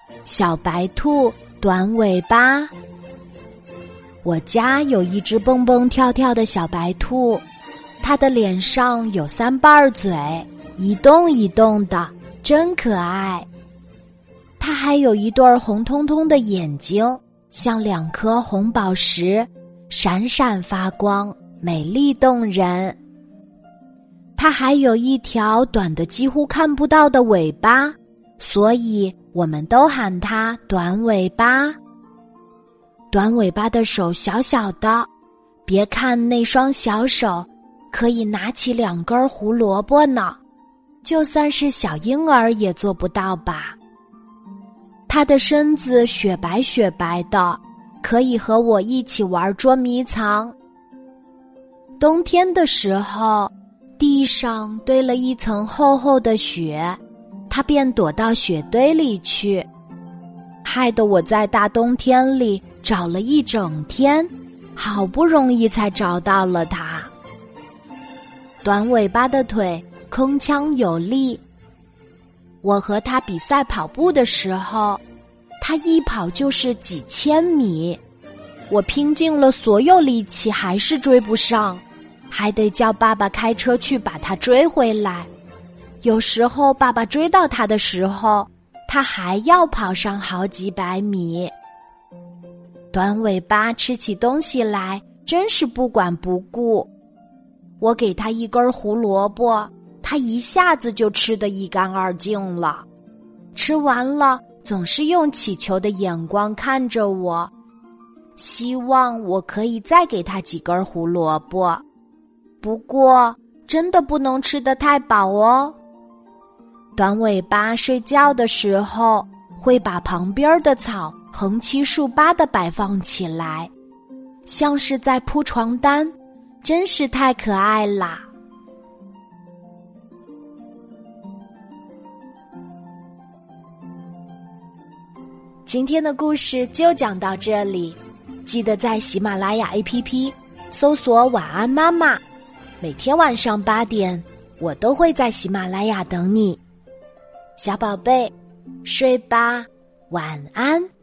小白兔短尾巴。我家有一只蹦蹦跳跳的小白兔，它的脸上有3瓣嘴，一动一动的，真可爱。它还有一对红彤彤的眼睛，像2颗红宝石，闪闪发光，美丽动人。它还有一条短的几乎看不到的尾巴，所以我们都喊它短尾巴。短尾巴的手小小的，别看那双小手可以拿起2根胡萝卜呢，就算是小婴儿也做不到吧。它的身子雪白雪白的，可以和我一起玩捉迷藏。冬天的时候，地上堆了一层厚厚的雪，它便躲到雪堆里去，害得我在大冬天里找了一整天，好不容易才找到了它。短尾巴的腿铿锵有力，我和它比赛跑步的时候，它一跑就是几千米，我拼尽了所有力气还是追不上，还得叫爸爸开车去把它追回来。有时候爸爸追到它的时候，它还要跑上好几百米。短尾巴吃起东西来真是不管不顾，我给它一根胡萝卜，它一下子就吃得一干二净了。吃完了总是用乞求的眼光看着我，希望我可以再给它几根胡萝卜。不过真的不能吃得太饱哦。短尾巴睡觉的时候会把旁边的草横七竖八地摆放起来，像是在铺床单，真是太可爱啦。今天的故事就讲到这里，记得在喜马拉雅 APP 搜索晚安妈妈，每天晚上8点，我都会在喜马拉雅等你。小宝贝，睡吧，晚安。